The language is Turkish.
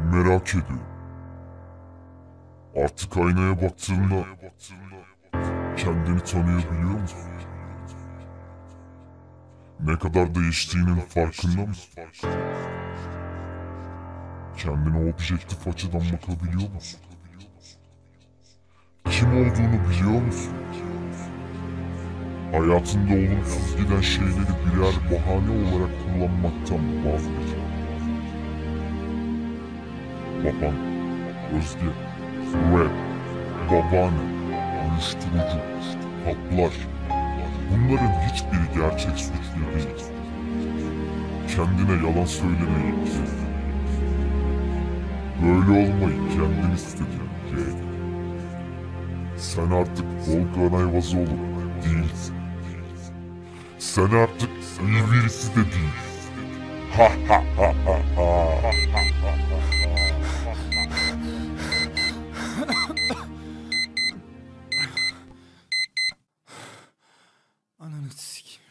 Merak ediyorum. Artık aynaya baktığında kendini tanıyabiliyor musun? Ne kadar değiştiğinin farkında mısın? Kendine objektif açıdan bakabiliyor musun? Kim olduğunu biliyor musun? Hayatında olumsuz giden şeyleri birer bahane olarak kullanmaktan vazgeç. Baban, Özge, rap, babaanne, uyuşturucu, haplar. Bunların hiçbiri gerçek suçlu değil. Kendine yalan söylemeyi istedin. Böyle olmayı kendin istedin. Sen artık Volkan Ayvazoğlu değilsin. Sen artık iyi birisi de değilsin. Ha ha ha ha ha. Ananı sikeyim.